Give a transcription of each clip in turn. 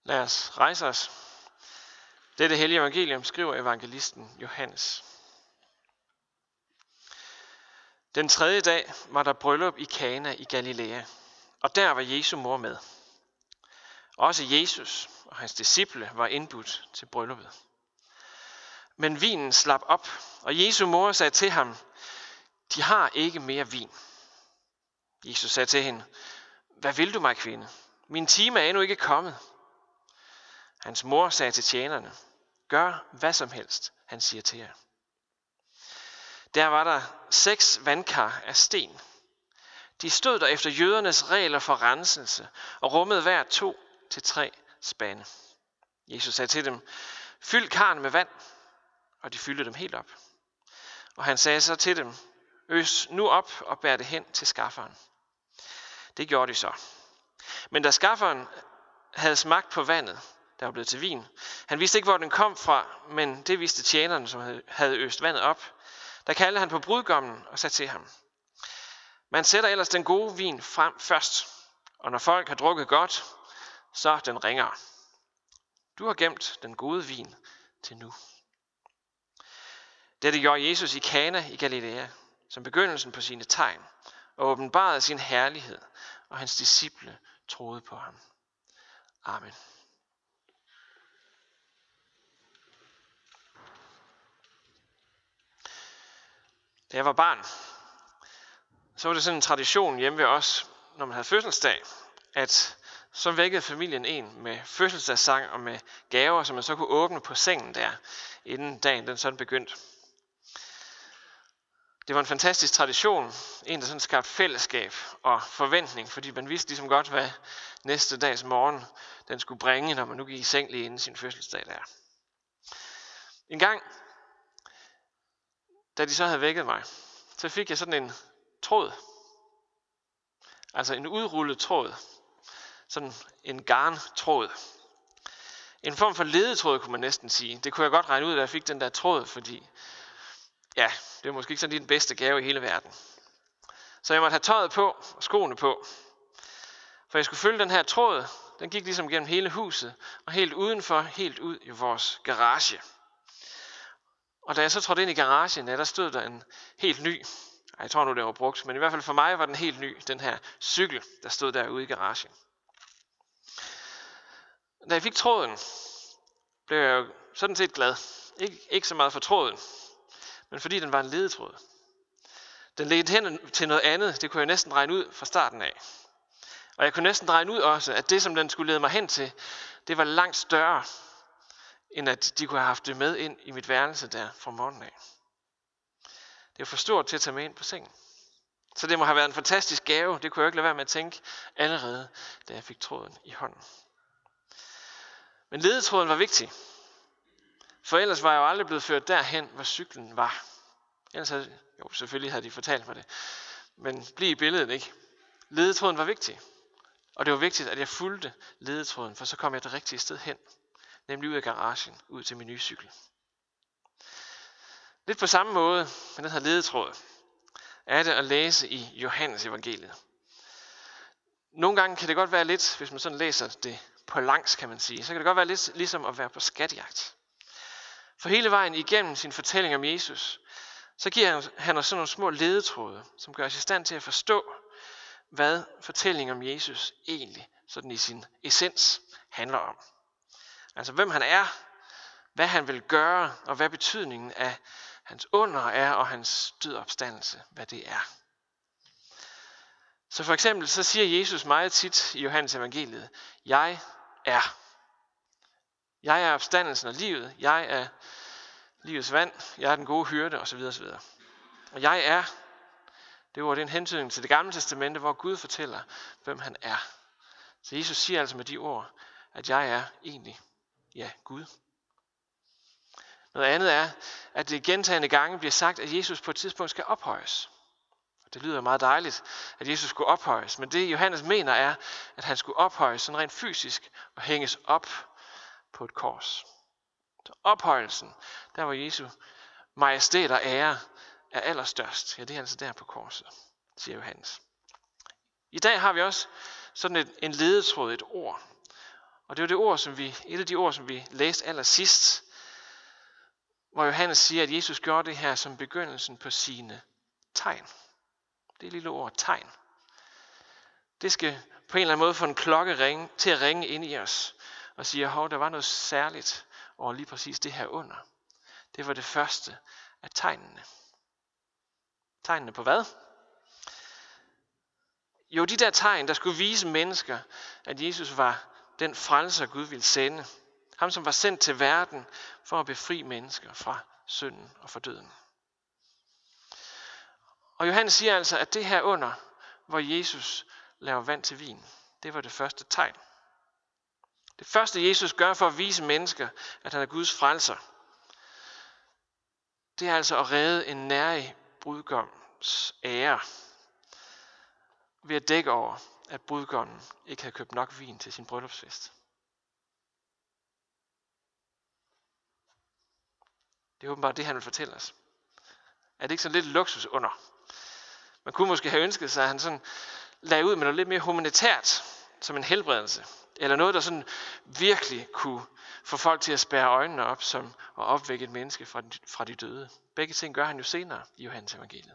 Lad os rejse os. Dette hellige evangelium skriver evangelisten Johannes. Den tredje dag var der bryllup i Kana i Galilea, og der var Jesu mor med. Også Jesus og hans disciple var indbudt til brylluppet. Men vinen slap op, og Jesu mor sagde til ham, de har ikke mere vin. Jesus sagde til hende, hvad vil du mig, kvinde? Min time er endnu ikke kommet. Hans mor sagde til tjenerne, gør hvad som helst, han siger til jer. Der var der 6 vandkar af sten. De stod der efter jødernes regler for renselse og rummede hver 2 til 3 spande. Jesus sagde til dem, fyld karrene med vand, og de fyldte dem helt op. Og han sagde så til dem, øs nu op og bær det hen til skafferen. Det gjorde de så. Men da skafferen havde smagt på vandet, der var blevet til vin, han vidste ikke, hvor den kom fra, men det vidste tjeneren, som havde øst vandet op. Der kaldte han på brudgommen og sagde til ham, man sætter ellers den gode vin frem først, og når folk har drukket godt, så den ringere. Du har gemt den gode vin til nu. Dette gjorde Jesus i Kana i Galilea, som begyndelsen på sine tegn, og åbenbarede sin herlighed, og hans disciple troede på ham. Amen. Da jeg var barn, så var det sådan en tradition hjemme ved os, når man havde fødselsdag, at så vækkede familien en med fødselsdagssang og med gaver, som man så kunne åbne på sengen der, inden dagen den sådan begyndte. Det var en fantastisk tradition, en der sådan skabte fællesskab og forventning, fordi man vidste ligesom godt, hvad næste dags morgen den skulle bringe, når man nu gik i seng lige inden sin fødselsdag der. En gang, da de så havde vækket mig, så fik jeg sådan en tråd. Altså en udrullet tråd. Sådan en garntråd. En form for ledetråd, kunne man næsten sige. Det kunne jeg godt regne ud, da jeg fik den der tråd, fordi ja, det var måske ikke sådan lige den bedste gave i hele verden. Så jeg måtte have tøjet på og skoene på. For jeg skulle følge den her tråd. Den gik ligesom gennem hele huset og helt udenfor, helt ud i vores garage. Og da jeg så trådte ind i garagen, ja, der stod der en helt ny, jeg tror nu det var brugt, men i hvert fald for mig var den helt ny, den her cykel, der stod derude i garagen. Da jeg fik tråden, blev jeg jo sådan set glad. Ikke så meget for tråden, men fordi den var en ledetråd. Den ledte hen til noget andet, det kunne jeg næsten regne ud fra starten af. Og jeg kunne næsten regne ud også, at det som den skulle lede mig hen til, det var langt større, end at de kunne have haft det med ind i mit værelse der fra morgenen af. Det var for stort til at tage med ind på sengen. Så det må have været en fantastisk gave, det kunne jeg ikke lade være med at tænke allerede, da jeg fik tråden i hånden. Men ledetråden var vigtig. For ellers var jeg jo aldrig blevet ført derhen, hvor cyklen var. Ellers havde, jo, selvfølgelig havde de fortalt mig det. Men bliv i billedet, ikke? Ledetråden var vigtig. Og det var vigtigt, at jeg fulgte ledetråden, for så kom jeg det rigtige sted hen. Nemlig ud af garagen, ud til min nye cykel. Lidt på samme måde med den her ledetråd, er det at læse i Johannes evangeliet. Nogle gange kan det godt være lidt, hvis man sådan læser det på langs, kan man sige, så kan det godt være lidt ligesom at være på skatjagt. For hele vejen igennem sin fortælling om Jesus, så giver han os sådan nogle små ledetråde, som gør os i stand til at forstå, hvad fortællingen om Jesus egentlig sådan i sin essens handler om. Altså hvem han er, hvad han vil gøre, og hvad betydningen af hans under er, og hans død og opstandelse, hvad det er. Så for eksempel så siger Jesus meget tit i Johannes evangeliet, jeg er. Jeg er opstandelsen og livet, jeg er livets vand, jeg er den gode hyrde osv. osv. Og jeg er, det er en hentydning til det gamle testamente, hvor Gud fortæller, hvem han er. Så Jesus siger altså med de ord, at jeg er egentlig, ja, Gud. Noget andet er, at det gentagne gange bliver sagt, at Jesus på et tidspunkt skal ophøjes. Det lyder meget dejligt, at Jesus skulle ophøjes, men det Johannes mener er, at han skulle ophøjes sådan rent fysisk og hænges op på et kors. Så ophøjelsen, der hvor Jesu majestæt og ære er allerstørst, ja, det er altså der på korset, siger Johannes. I dag har vi også sådan en ledetråd, et ord. Og det er et af de ord, som vi læste allersidst, hvor Johannes siger, at Jesus gjorde det her som begyndelsen på sine tegn. Det lille ord, tegn. Det skal på en eller anden måde få en klokke til at ringe ind i os og sige, at der var noget særligt over lige præcis det her under. Det var det første af tegnene. Tegnene på hvad? Jo, de der tegn, der skulle vise mennesker, at Jesus var den frelser, Gud ville sende. Ham, som var sendt til verden for at befri mennesker fra synden og fra døden. Og Johannes siger altså, at det her under, hvor Jesus laver vand til vin, det var det første tegn. Det første, Jesus gør for at vise mennesker, at han er Guds frelser, det er altså at redde en nærig brudgoms ære ved at dække over, at brudgommen ikke havde købt nok vin til sin bryllupsfest. Det er åbenbart det, han vil fortælle os. Er det ikke sådan lidt luksus under? Man kunne måske have ønsket sig, at han sådan lagde ud med noget lidt mere humanitært, som en helbredelse. Eller noget, der sådan virkelig kunne få folk til at spærre øjnene op, som at opvække et menneske fra de døde. Begge ting gør han jo senere i Johannes evangeliet.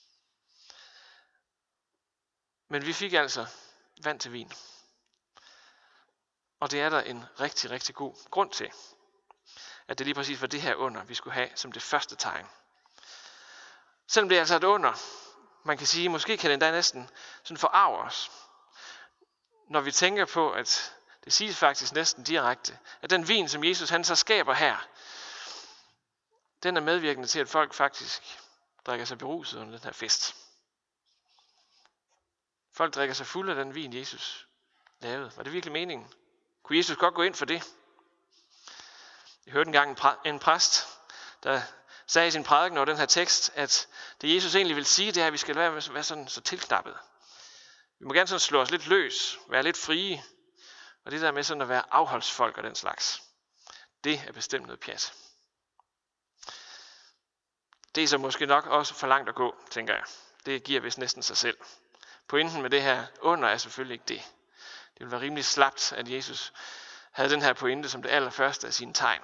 Men vi fik altså vand til vin. Og det er der en rigtig, rigtig god grund til, at det lige præcis var det her under, vi skulle have som det første tegn. Selvom det er altså et under, man kan sige, måske kan det endda næsten sådan forarve os, når vi tænker på, at det siges faktisk næsten direkte, at den vin, som Jesus han så skaber her, den er medvirkende til, at folk faktisk drikker sig beruset under den her fest. Folk drikker sig fulde af den vin, Jesus lavede. Var det virkelig meningen? Kunne Jesus godt gå ind for det? Jeg hørte engang en præst, der sagde i sin prædiken over den her tekst, at det Jesus egentlig vil sige, det er, at vi skal være sådan så tilknappet. Vi må gerne sådan slå os lidt løs, være lidt frie, og det der med sådan at være afholdsfolk og den slags, det er bestemt noget pjat. Det er så måske nok også for langt at gå, tænker jeg. Det giver vist næsten sig selv. Pointen med det her under er selvfølgelig ikke det. Det ville være rimelig slapt, at Jesus havde den her pointe som det allerførste af sine tegn.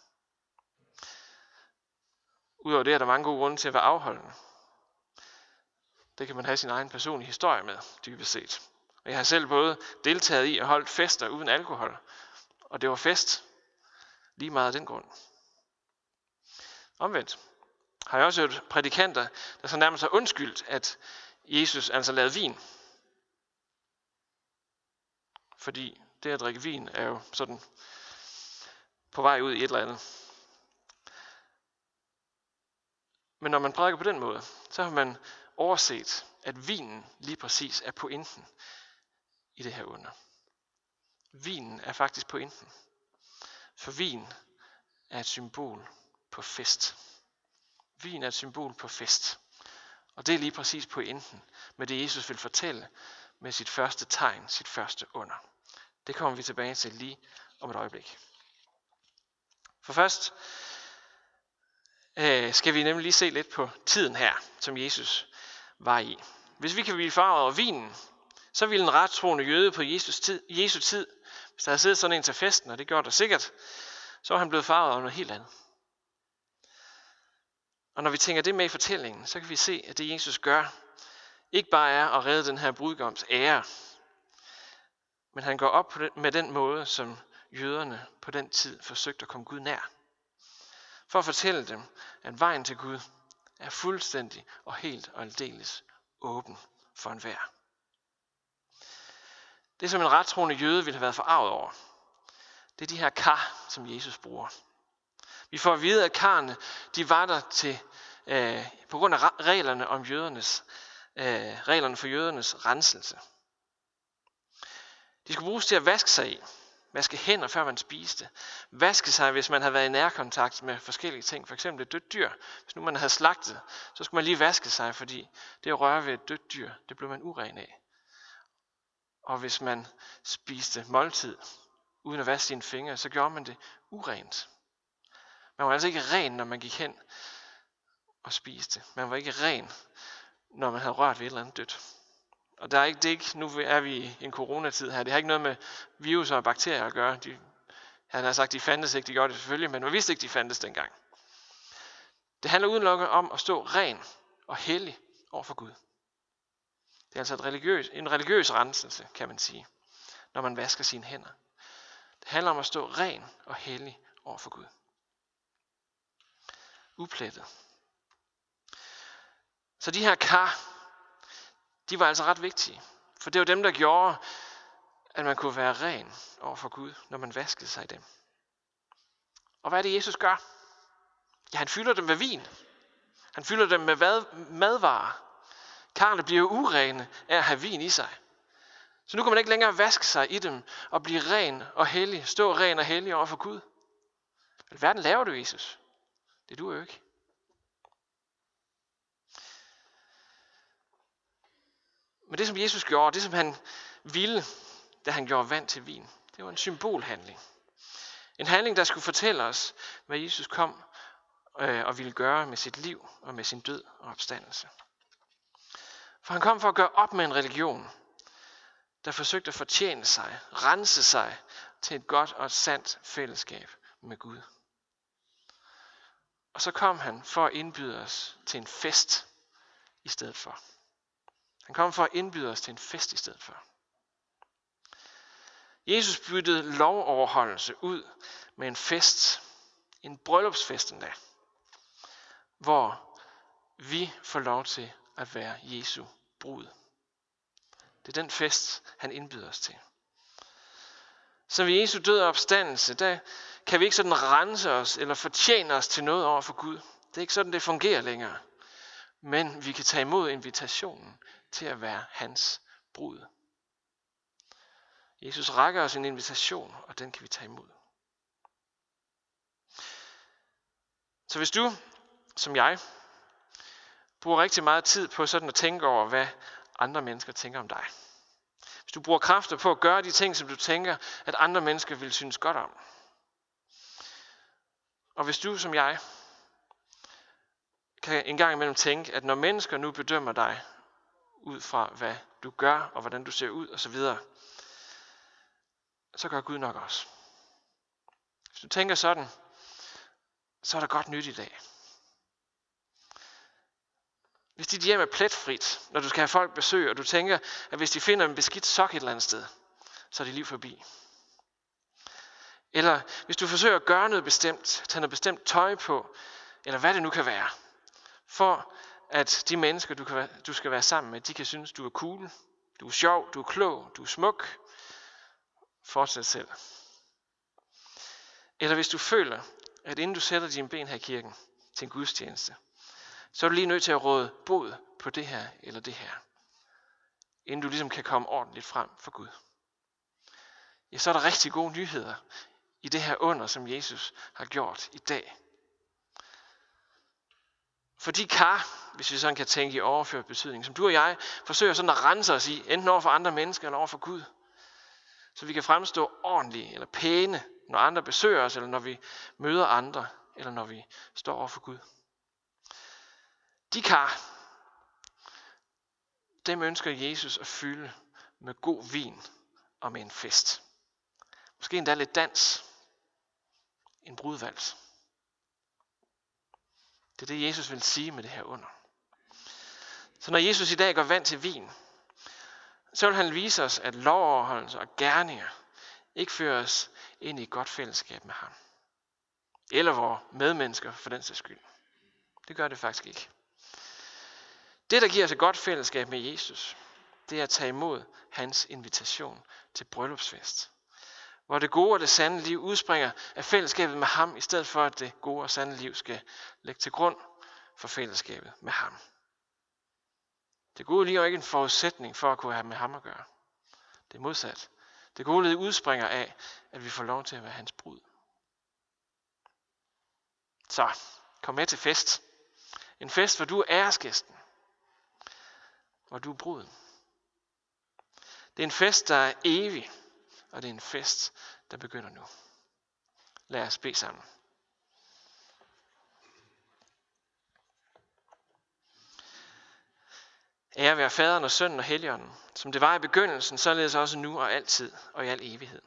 Udover det er der mange gode grunde til at være afholdende. Det kan man have sin egen personlige historie med, dybest set. Og jeg har selv både deltaget i og holdt fester uden alkohol. Og det var fest lige meget af den grund. Omvendt har jeg også hørt prædikanter, der så nærmest har undskyldt, at Jesus altså lavede vin. Fordi det at drikke vin er jo sådan på vej ud i et eller andet. Men når man prædiker på den måde, så har man overset, at vinen lige præcis er pointen i det her under. Vinen er faktisk pointen. For vin er et symbol på fest. Vin er et symbol på fest. Og det er lige præcis pointen med det, Jesus vil fortælle med sit første tegn, sit første under. Det kommer vi tilbage til lige om et øjeblik. For først skal vi nemlig lige se lidt på tiden her, som Jesus var i. Hvis vi kan blive farvet over vinen, så ville en rettroende jøde på Jesu tid, hvis der havde siddet sådan en til festen, og det gjorde der sikkert, så var han blevet farvet over noget helt andet. Og når vi tænker det med i fortællingen, så kan vi se, at det Jesus gør, ikke bare er at redde den her brudgoms ære, men han går op med den måde, som jøderne på den tid forsøgte at komme Gud nær. For at fortælle dem, at vejen til Gud er fuldstændig og helt og aldeles åben for enhver. Det, som en rettroende jøde ville have været forarvet over, det er de her kar, som Jesus bruger. Vi får at vide, at karrene, de var der til, på grund af reglerne for jødernes renselse. De skulle bruges til at vaske sig i. Vaske hænder, før man spiste. Vaske sig, hvis man havde været i nærkontakt med forskellige ting. For eksempel et dødt dyr. Hvis nu man havde slagtet, så skulle man lige vaske sig, fordi det at røre ved et dødt dyr, det blev man uren af. Og hvis man spiste måltid, uden at vaske sine fingre, så gjorde man det urent. Man var altså ikke ren, når man gik hen og spiste. Man var ikke ren, når man havde rørt ved et eller andet dødt. Og nu er vi i en coronatid her. Det har ikke noget med virus og bakterier at gøre. Han har sagt, de fandtes ikke. De gjorde det selvfølgelig, men man vidste ikke, de fandtes dengang. Det handler udelukkende om at stå ren og hellig over for Gud. Det er altså en religiøs renselse, kan man sige, når man vasker sine hænder. Det handler om at stå ren og hellig over for Gud. Uplettet. Så de her kar, de var altså ret vigtige. For det var dem, der gjorde, at man kunne være ren over for Gud, når man vaskede sig i dem. Og hvad er det, Jesus gør? Ja, han fylder dem med vin. Han fylder dem med madvarer. Karrene bliver urene af at have vin i sig. Så nu kan man ikke længere vaske sig i dem og blive ren og hellig, stå ren og hellig over for Gud. Hvad i verden laver du, Jesus? Det duer jo ikke. Men det, som Jesus gjorde, det som han ville, da han gjorde vand til vin, det var en symbolhandling. En handling, der skulle fortælle os, hvad Jesus kom og ville gøre med sit liv og med sin død og opstandelse. For han kom for at gøre op med en religion, der forsøgte at fortjene sig, rense sig til et godt og et sandt fællesskab med Gud. Og så kom han for at indbyde os til en fest i stedet for. Han kom for at indbyde os til en fest i stedet for. Jesus byttede lovoverholdelse ud med en fest, en bryllupsfest endda, hvor vi får lov til at være Jesu brud. Det er den fest, han indbyder os til. Så ved Jesu død og opstandelse, der kan vi ikke sådan rense os eller fortjene os til noget over for Gud. Det er ikke sådan, det fungerer længere. Men vi kan tage imod invitationen til at være hans brud. Jesus rækker os en invitation, og den kan vi tage imod. Så hvis du, som jeg, bruger rigtig meget tid på sådan at tænke over, hvad andre mennesker tænker om dig. Hvis du bruger kræfter på at gøre de ting, som du tænker, at andre mennesker vil synes godt om. Og hvis du, som jeg, kan en gang imellem tænke, at når mennesker nu bedømmer dig, ud fra hvad du gør, og hvordan du ser ud, osv., så gør Gud nok også. Hvis du tænker sådan, så er der godt nyt i dag. Hvis dit hjem er pletfrit, når du skal have folk besøg, og du tænker, at hvis de finder en beskidt sok et eller andet sted, så er det liv forbi. Eller hvis du forsøger at gøre noget bestemt, tage noget bestemt tøj på, eller hvad det nu kan være, for at de mennesker, du skal være sammen med, de kan synes, du er cool, du er sjov, du er klog, du er smuk. Fortsæt selv. Eller hvis du føler, at inden du sætter dine ben her i kirken til en gudstjeneste, så er du lige nødt til at råde bod på det her eller det her, inden du ligesom kan komme ordentligt frem for Gud. Ja, så er der rigtig gode nyheder i det her under, som Jesus har gjort i dag. For de kar, hvis vi sådan kan tænke i overført betydning, som du og jeg forsøger sådan at rense os i, enten over for andre mennesker eller over for Gud, så vi kan fremstå ordentlige eller pæne, når andre besøger os, eller når vi møder andre, eller når vi står over for Gud. De kar, dem ønsker Jesus at fylde med god vin og med en fest. Måske endda lidt dans. En brudvals. Det er det, Jesus vil sige med det her under. Så når Jesus i dag går vand til vin, så vil han vise os, at lovoverholdelse og gerninger ikke fører os ind i et godt fællesskab med ham. Eller vores medmennesker for den sags skyld. Det gør det faktisk ikke. Det, der giver os et godt fællesskab med Jesus, det er at tage imod hans invitation til bryllupsfest. Hvor det gode og det sande liv udspringer af fællesskabet med ham, i stedet for at det gode og sande liv skal lægge til grund for fællesskabet med ham. Det gode liv er ikke en forudsætning for at kunne have med ham at gøre. Det er modsat. Det gode liv udspringer af, at vi får lov til at være hans brud. Så, kom med til fest. En fest, hvor du er æresgæsten. Hvor du er bruden. Det er en fest, der er evig. Og det er en fest, der begynder nu. Lad os bede sammen. Ære være Faderen og Sønnen og Helligånden, som det var i begyndelsen, således også nu og altid og i al evighed.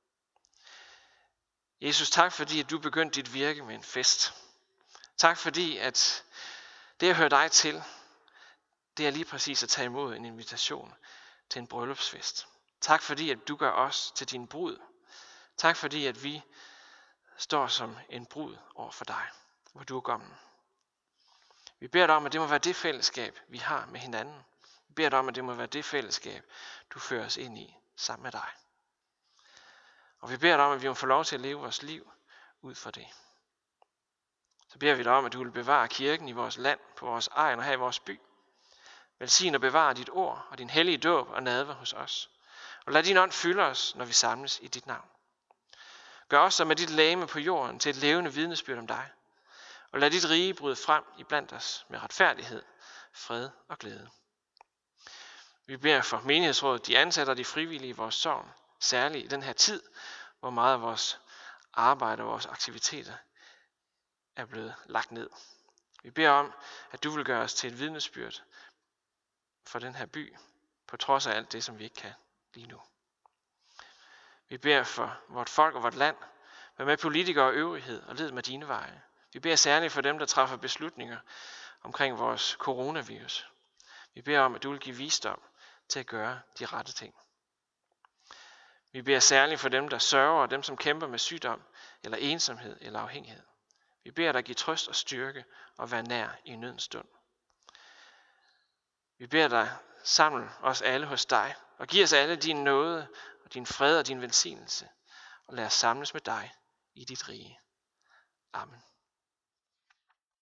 Jesus, tak fordi, at du begyndte dit virke med en fest. Tak fordi, at det at høre dig til, det er lige præcis at tage imod en invitation til en bryllupsfest. Tak fordi, at du gør os til din brud. Tak fordi, at vi står som en brud over for dig, hvor du er gommen. Vi beder dig om, at det må være det fællesskab, vi har med hinanden. Vi beder dig om, at det må være det fællesskab, du fører os ind i sammen med dig. Og vi beder dig om, at vi må få lov til at leve vores liv ud fra det. Så beder vi dig om, at du vil bevare kirken i vores land, på vores egen og her i vores by. Velsign og bevare dit ord og din hellige dåb og nadver hos os. Og lad din ånd fylde os, når vi samles i dit navn. Gør os så med dit legeme på jorden til et levende vidnesbyrd om dig. Og lad dit rige bryde frem iblandt os med retfærdighed, fred og glæde. Vi beder for menighedsrådet, de ansatte og de frivillige i vores sogn, særligt i den her tid, hvor meget af vores arbejde og vores aktiviteter er blevet lagt ned. Vi beder om, at du vil gøre os til et vidnesbyrd for den her by, på trods af alt det, som vi ikke kan lige nu. Vi beder for vort folk og vort land, vær med politikere og øvrighed og led med dine veje. Vi beder særligt for dem, der træffer beslutninger omkring vores coronavirus. Vi beder om, at du vil give visdom til at gøre de rette ting. Vi beder særligt for dem, der sørger, og dem, som kæmper med sygdom, eller ensomhed, eller afhængighed. Vi beder dig give trøst og styrke, og være nær i nødens stund. Vi beder dig samle os alle hos dig, og giv os alle din nåde, og din fred og din velsignelse, og lad os samles med dig i dit rige. Amen.